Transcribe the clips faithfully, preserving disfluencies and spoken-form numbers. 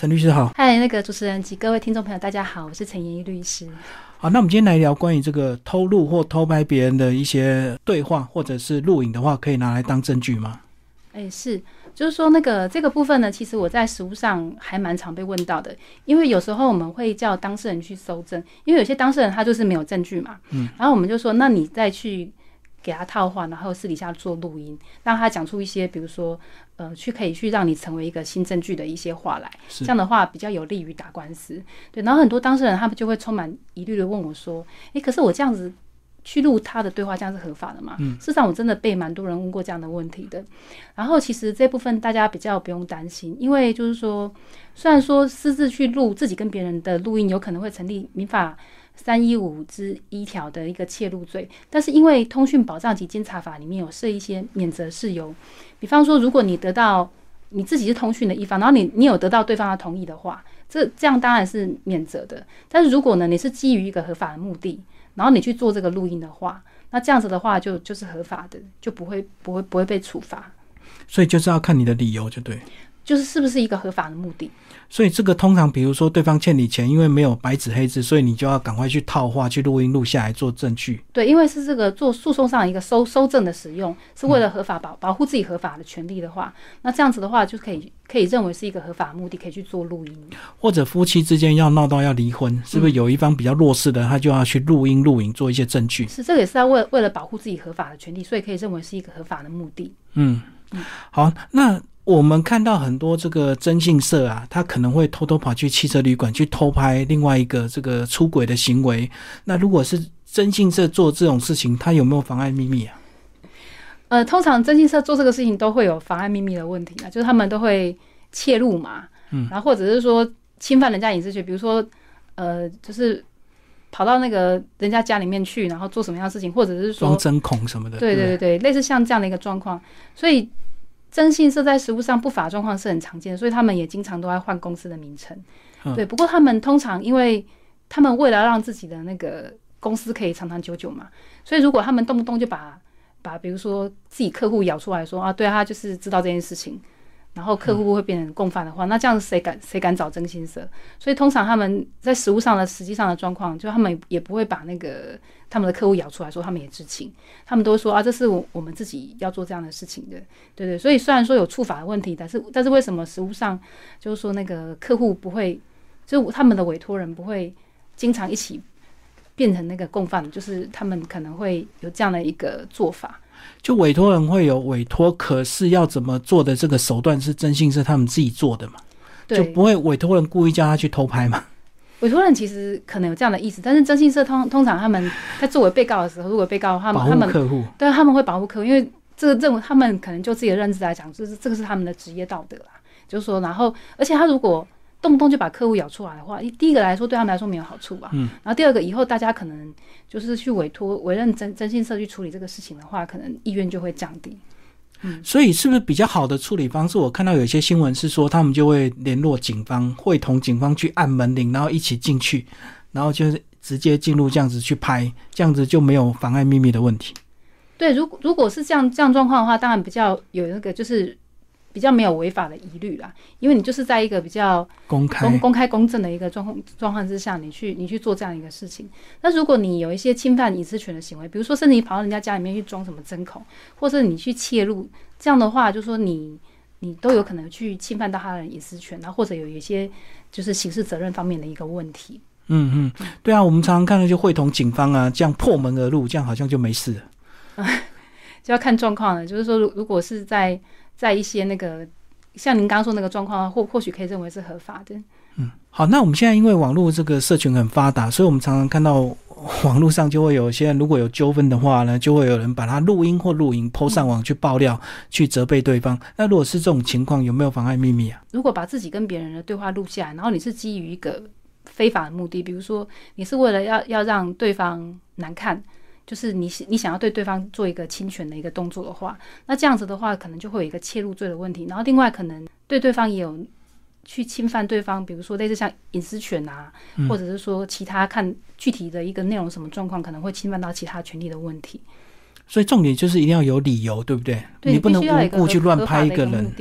陈律师好。 嗨，那个主持人及各位听众朋友大家好，我是陈妍仪律师。 好，那我们今天来聊关于这个偷录或偷拍别人的一些对话或者是录影的话，可以拿来当证据吗？ 哎，是，就是说那个这个部分呢，其实我在实务上还蛮常被问到的，因为有时候我们会叫当事人去搜证，因为有些当事人他就是没有证据嘛，嗯，然后我们就说，那你再去给他套话，然后私底下做录音，让他讲出一些，比如说，呃，去可以去让你成为一个新证据的一些话来，这样的话比较有利于打官司。对，然后很多当事人他们就会充满疑虑的问我说，诶，可是我这样子去录他的对话，这样是合法的吗？嗯，事实上我真的被蛮多人问过这样的问题的。然后其实这部分大家比较不用担心，因为就是说，虽然说私自去录自己跟别人的录音有可能会成立民法三一五之一条的一个窃录罪，但是因为通讯保障及监察法里面有设一些免责事由，比方说如果你得到你自己是通讯的一方，然后你你有得到对方的同意的话，这这样当然是免责的。但是如果呢你是基于一个合法的目的，然后你去做这个录音的话，那这样子的话就就是合法的，就不会不会不会被处罚。 所以就是要看你的理由，就对， 就是是不是一个合法的目的。 所以这个通常比如说对方欠你钱，因为没有白纸黑字，所以你就要赶快去套话去录音录下来做证据。 对，因为是这个做诉讼上一个收收证的使用，是为了合法保保护自己合法的权利的话，那这样子的话就可以可以认为是一个合法的目的，可以去做录音。 或者夫妻之间要闹到要离婚，是不是有一方比较弱势的，他就要去录音录影做一些证据？ 是，这个也是要为为了保护自己合法的权利，所以可以认为是一个合法的目的。 嗯，好，那我们看到很多这个征信社啊，他可能会偷偷跑去汽车旅馆去偷拍另外一个这个出轨的行为。那如果是征信社做这种事情，他有没有妨碍秘密啊？ 呃，通常征信社做这个事情都会有妨碍秘密的问题啊，就是他们都会窃录嘛，嗯，然后或者是说侵犯人家隐私权，比如说呃，就是跑到那个人家家里面去，然后做什么样的事情，或者是说装针孔什么的， 对对对对，类似像这样的一个状况，所以征信社在实务上不法状况是很常见的，所以他们也经常都在换公司的名称。嗯、对，不过他们通常因为他们为了让自己的那个公司可以长长久久嘛，所以如果他们动不动就把把比如说自己客户咬出来说啊，对啊，他就是知道这件事情。然后客户会变成共犯的话，嗯、那这样谁敢谁敢找征信社？所以通常他们在实务上的实际上的状况，就他们也不会把那个他们的客户咬出来说他们也知情，他们都会说啊，这是我我们自己要做这样的事情的，对对。所以虽然说有触法的问题，但是但是为什么实务上就是说那个客户不会，就他们的委托人不会经常一起变成那个共犯，就是他们可能会有这样的一个做法。 就委托人会有委托，可是要怎么做的这个手段是征信社他们自己做的嘛？就不会委托人故意叫他去偷拍嘛？ 委托人其实可能有这样的意思，但是征信社通通常他们在作为被告的时候，如果被告他们保护客户， 对，他们会保护客户，因为这个认为他们可能就自己的认知来讲，就是这个是他们的职业道德啦。就是说，然后而且他如果动不动就把客户咬出来的话，第一个来说对他们来说没有好处吧。嗯。然后第二个，以后大家可能就是去委托委任征征信社去处理这个事情的话，可能意愿就会降低。 嗯。所以是不是比较好的处理方式？我看到有些新闻是说，他们就会联络警方，会同警方去按门铃，然后一起进去，然后就是直接进入这样子去拍，这样子就没有妨碍秘密的问题。 对，如果如果是这样这样状况的话，当然比较有那个就是。比较没有违法的疑虑啦，因为你就是在一个比较公开、 公公开公正的一个状况状况之下，你去你去做这样一个事情。那如果你有一些侵犯隐私权的行为，比如说甚至你跑到人家家里面去装什么针孔，或者你去窃录，这样的话，就是说你你都有可能去侵犯到他的隐私权，然后或者有一些就是刑事责任方面的一个问题。 嗯嗯，对啊，我们常常看到就会同警方啊这样破门而入，这样好像就没事了。 就要看状况了，就是说如果是在在一些那个像您刚刚说那个状况，或或许可以认为是合法的。 嗯，好，那我们现在因为网络这个社群很发达，所以我们常常看到网络上就会有些人如果有纠纷的话呢，就会有人把它录音或录影 po 上网去爆料，嗯、去责备对方。那如果是这种情况，有没有妨碍秘密啊？ 如果把自己跟别人的对话录下来，然后你是基于一个非法的目的，比如说你是为了要要让对方难看。就是你你想要对对方做一个侵权的一个动作的话，那这样子的话可能就会有一个窃入罪的问题，然后另外可能对对方也有去侵犯对方，比如说类似像隐私权啊、嗯、或者是说其他看具体的一个内容什么状况可能会侵犯到其他权利的问题。 所以重点就是一定要有理由，对不对？对，你不能无故去乱拍一个人。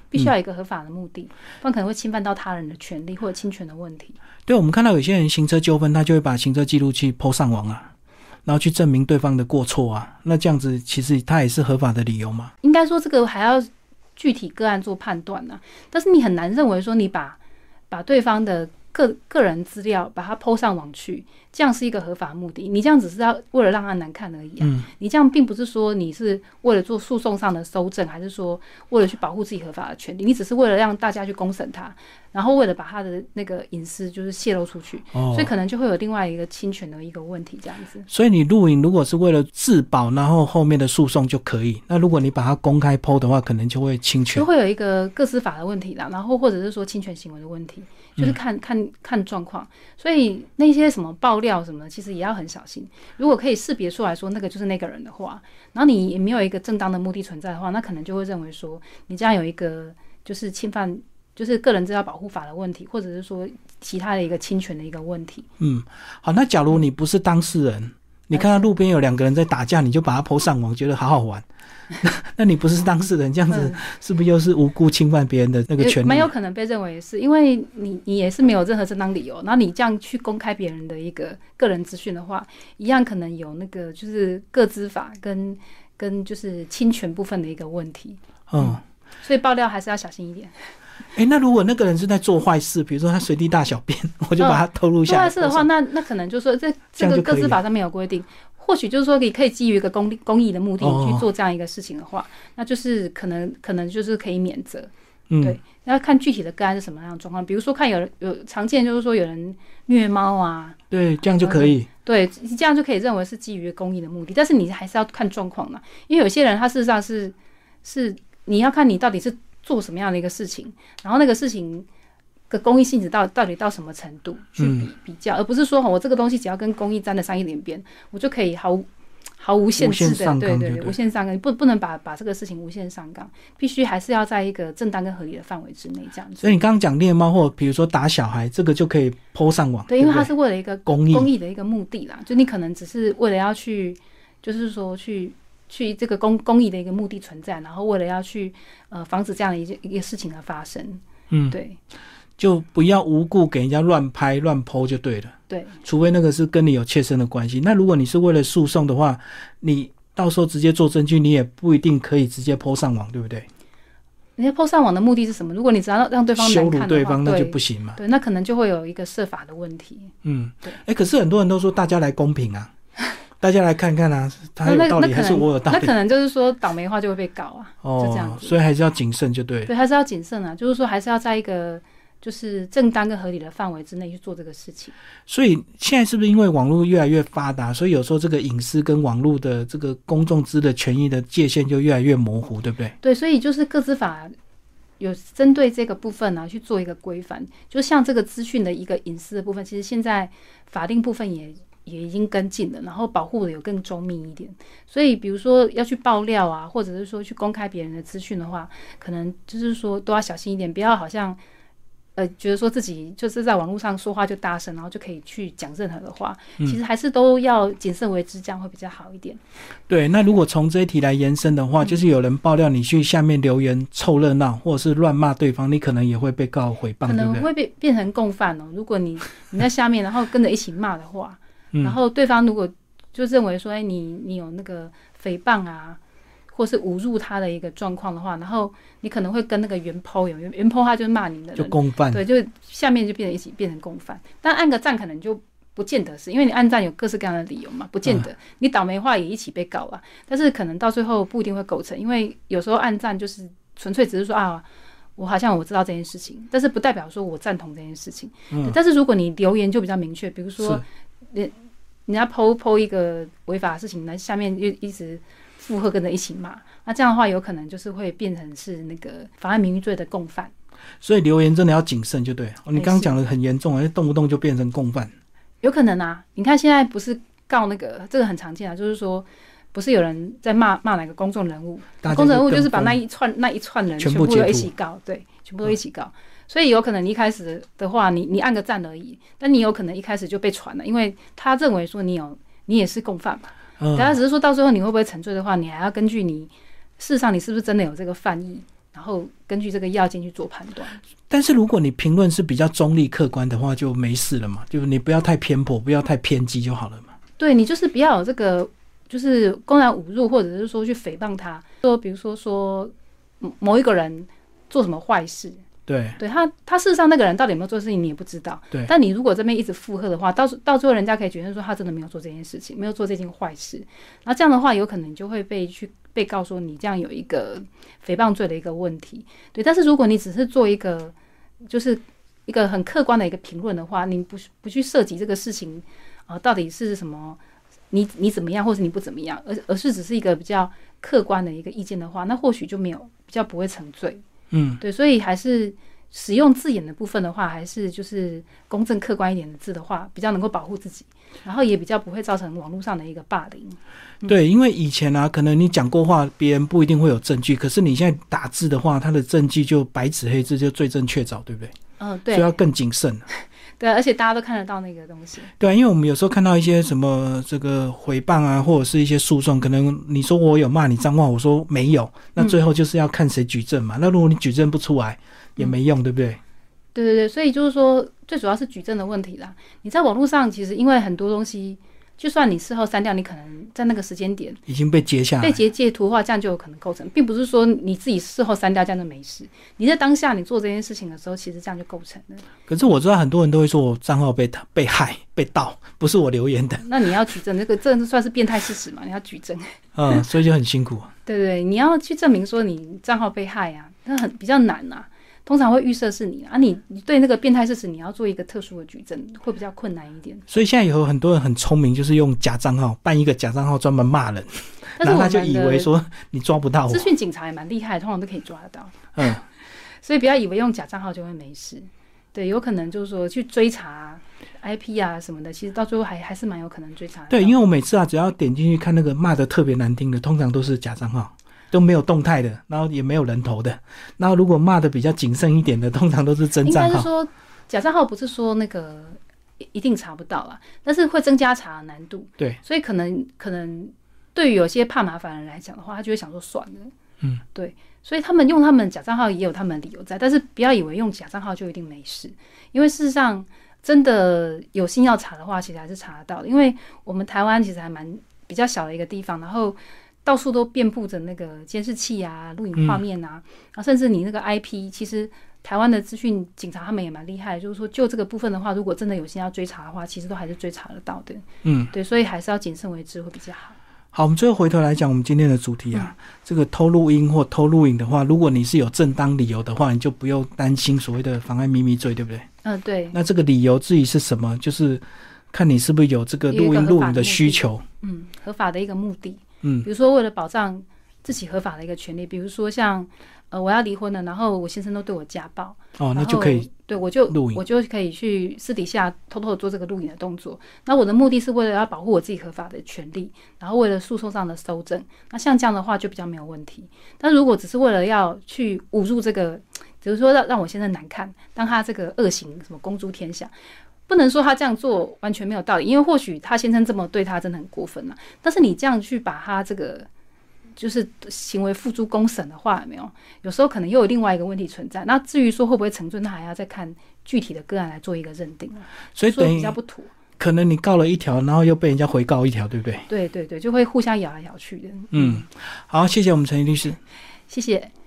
必须要有一个合法的目的，嗯、不然可能会侵犯到他人的权利或者侵权的问题。 对，我们看到有些人行车纠纷，他就会把行车记录器 po 上网啊，然后去证明对方的过错啊，那这样子其实他也是合法的理由嘛？ 应该说这个还要具体个案做判断啊，但是你很难认为说你把把对方的个个人资料把它 po 上网去，这样是一个合法目的。你这样只是要为了让他难看而已啊、嗯、你这样并不是说你是为了做诉讼上的搜证，还是说为了去保护自己合法的权利，你只是为了让大家去公审他，然后为了把他的那个隐私就是泄露出去、哦、所以可能就会有另外一个侵权的一个问题这样子。 所以你录影如果是为了自保，然后后面的诉讼就可以，那如果你把它公开 po 的话，可能就会侵权， 就会有一个个资法的问题啦，然后或者是说侵权行为的问题，就是看、嗯、看看状况。所以那些什么爆料什么的，其实也要很小心。如果可以识别出来说那个就是那个人的话，然后你也没有一个正当的目的存在的话，那可能就会认为说你这样有一个就是侵犯就是个人资料保护法的问题，或者是说其他的一个侵权的一个问题。嗯， 好，那假如你不是当事人，嗯、你看到路边有两个人在打架，你就把它 po 上网，觉得好好玩。那, 那你不是当事人，这样子是不是又是无故侵犯别人的那个权利？ 蛮有可能被认为是因为你你也是没有任何正当理由，然后你这样去公开别人的一个个人资讯的话，一样可能有那个就是个资法跟跟就是侵权部分的一个问题。嗯，嗯所以爆料还是要小心一点。 哎、欸，那如果那个人是在做坏事，比如说他随地大小便，我就把他透露下来。做坏事的话，那那可能就是说这这个个资法上面有规定。或许就是说你可以基于一个公公益的目的去做这样一个事情的话、哦、那就是可能可能就是可以免责、嗯、对，要看具体的个案是什么样的状况。比如说看有人有常见就是说有人虐猫啊， 对，这样就可以， 对，这样就可以认为是基于公益的目的，但是你还是要看状况嘛，因为有些人他事实上是是你要看你到底是做什么样的一个事情，然后那个事情个公益性质到到底到什么程度去比、嗯、比较，而不是说我这个东西只要跟公益沾得上一点边，我就可以毫无毫无限制的，对对对，无限上纲，不不能把把这个事情无限上纲，必须还是要在一个正当跟合理的范围之内这样子。 所以你刚刚讲猎猫或比如说打小孩，这个就可以 po 上网， 对，因为它是为了一个公益公益的一个目的啦，就你可能只是为了要去，就是说去。去这个公公益的一个目的存在，然后为了要去呃防止这样的一一个事情的发生，嗯，对， 就不要无故给人家乱拍乱 po 就对了， 对， 除非那个是跟你有切身的关系。那如果你是为了诉讼的话，你到时候直接做证据，你也不一定可以直接 po 上网，对不对？ 人家 po 上网的目的是什么？如果你只要让对方难看的话， 羞辱对方，那就不行嘛。 对，那可能就会有一个涉法的问题。 嗯，对。哎、欸，可是很多人都说大家来公平啊。大家来看看啊，他有道理还是我有道理？ 那可能就是说倒霉话就会被告啊，哦、就这样子。 所以还是要谨慎就对了。 对，还是要谨慎啊，就是说还是要在一个就是正当跟合理的范围之内去做这个事情。 所以现在是不是因为网络越来越发达，所以有时候这个隐私跟网络的这个公众知的权益的界限就越来越模糊，对不对？ 对，所以就是个资法有针对这个部分啊去做一个规范，就像这个资讯的一个隐私的部分，其实现在法定部分也。也已经跟进了，然后保护的有更周密一点。所以比如说要去爆料啊，或者是说去公开别人的资讯的话，可能就是说都要小心一点，不要好像呃觉得说自己就是在网络上说话就大声，然后就可以去讲任何的话、嗯、其实还是都要谨慎为之，这样会比较好一点。 对，那如果从这一题来延伸的话、嗯、就是有人爆料你去下面留言凑热闹或者是乱骂对方，你可能也会被告诽谤， 可能会被变成共犯哦。如果你你在下面然后跟着一起骂的话然后对方如果就认为说，哎，你你有那个诽谤啊，或是侮辱他的一个状况的话，然后你可能会跟那个原 po 有原 po 他就骂你的人， 就共犯， 对，就下面就变成一起变成共犯。但按个赞可能就不见得是，因为你按赞有各式各样的理由嘛，不见得、嗯、你倒霉话也一起被告啊。但是可能到最后不一定会构成，因为有时候按赞就是纯粹只是说啊。我好像我知道这件事情，但是不代表说我赞同这件事情、嗯、但是如果你留言就比较明确，比如说人人家 po po 一个违法的事情，那下面就一直附和跟着一起骂，那这样的话有可能就是会变成是那个妨碍名誉罪的共犯。 所以留言真的要谨慎就对了、哦、你刚刚讲的很严重，动不动就变成共犯。 有可能啊，你看现在不是告那个这个很常见啊，就是说不是有人在骂骂哪个公众人物，公众人物就是把那一串那一串人全部都一起告，对，全部都一起告、嗯、所以有可能你一开始的话你你按个赞而已，但你有可能一开始就被传了，因为他认为说你有你也是共犯嘛，嗯，但他只是说到最后你会不会沉罪的话，你还要根据你事实上你是不是真的有这个犯意然后根据这个要件去做判断。 但是如果你评论是比较中立客观的话，就没事了嘛，就是你不要太偏颇，不要太偏激就好了嘛。 对，你就是不要有这个就是公然侮辱，或者是说去诽谤他，说比如说说某一个人做什么坏事， 对， 对他他事实上那个人到底有没有做事情你也不知道， 对。 但你如果这边一直附和的话，到到最后人家可以觉得说他真的没有做这件事情，没有做这件坏事，然后这样的话有可能你就会被去被告说你这样有一个诽谤罪的一个问题，对。但是如果你只是做一个就是一个很客观的一个评论的话，你不不去涉及这个事情啊、呃、到底是什么，你你怎么样，或是你不怎么样，而而是只是一个比较客观的一个意见的话，那或许就没有比较不会成罪。 嗯， 对，所以还是使用字眼的部分的话，还是就是公正客观一点的字的话，比较能够保护自己，然后也比较不会造成网络上的一个霸凌。嗯、 对，因为以前啊，可能你讲过话，别人不一定会有证据，可是你现在打字的话，它的证据就白纸黑字，就罪证确凿，对不对？ 嗯，对， 所以要更谨慎。 对，而且大家都看得到那个东西。 对啊，因为我们有时候看到一些什么这个诽谤啊，或者是一些诉讼，可能你说我有骂你脏话，我说没有，那最后就是要看谁举证嘛。嗯、那如果你举证不出来，也没用，嗯、对不对？ 对对对，所以就是说，最主要是举证的问题啦。你在网络上，其实因为很多东西，就算你事后删掉，你可能在那个时间点已经被截下来， 被截截图的话，这样就有可能构成，并不是说你自己事后删掉这样就没事。你在当下你做这件事情的时候，其实这样就构成了。 可是我知道很多人都会说我账号被被害、被盗，不是我留言的。 那你要举证，这个这算是变态事实嘛？你要举证。 嗯，所以就很辛苦。 对对，你要去证明说你账号被害啊，那很比较难啊。通常会预设是你啊，你你对那个变态事实你要做一个特殊的举证，会比较困难一点。 所以现在有很多人很聪明，就是用假账号办一个假账号专门骂人，然后他就以为说你抓不到我。 资讯警察也蛮厉害，通常都可以抓得到。 嗯， 所以不要以为用假账号就会没事。对，有可能就是说去追查 I P 啊什么的，其实到最后还还是蛮有可能追查的。 对，因为我每次啊，只要点进去看那个骂的特别难听的，通常都是假账号。都没有动态的，然后也没有人头的，然后如果骂的比较谨慎一点的，通常都是真账号。 应该是说假账号不是说那个一定查不到啦，但是会增加查的难度。 对， 所以可能可能对于有些怕麻烦的人来讲的话，他就会想说算了。 嗯， 对，所以他们用他们假账号也有他们的理由在，但是不要以为用假账号就一定没事，因为事实上真的有心要查的话，其实还是查得到的。因为我们台湾其实还蛮比较小的一个地方，然后到处都遍布着那个监视器啊、录影画面啊，然后甚至你那个 I P， 其实台湾的资讯警察他们也蛮厉害的，就是说就这个部分的话，如果真的有心要追查的话，其实都还是追查得到的。 嗯， 对，所以还是要谨慎为之会比较好。 好，我们最后回头来讲我们今天的主题啊，嗯、这个偷录音或偷录影的话，如果你是有正当理由的话，你就不用担心所谓的妨碍秘密罪，对不对？ 嗯，对。 那这个理由至于是什么，就是看你是不是有这个录音录影的需求。 嗯，合法的一个目的。 嗯， 比如说为了保障自己合法的一个权利，比如说像呃我要离婚了，然后我先生都对我家暴， 哦，那就可以对我就录影， 我就可以去私底下偷偷的做这个录影的动作。那我的目的是为了要保护我自己合法的权利，然后为了诉讼上的搜证。那像这样的话就比较没有问题。但如果只是为了要去侮辱这个，比如说让让我先生难看，当他这个恶行什么公诸天下。不能说他这样做完全没有道理，因为或许他先生这么对他真的很过分啊。但是你这样去把他这个就是行为付诸公审的话，有没有？有时候可能又有另外一个问题存在。那至于说会不会成罪，那还要再看具体的个案来做一个认定了。 所以等于比较不妥。 可能你告了一条，然后又被人家回告一条，对不对？ 对对对，就会互相咬来咬去的。 嗯，好，谢谢我们陈律师， 谢谢。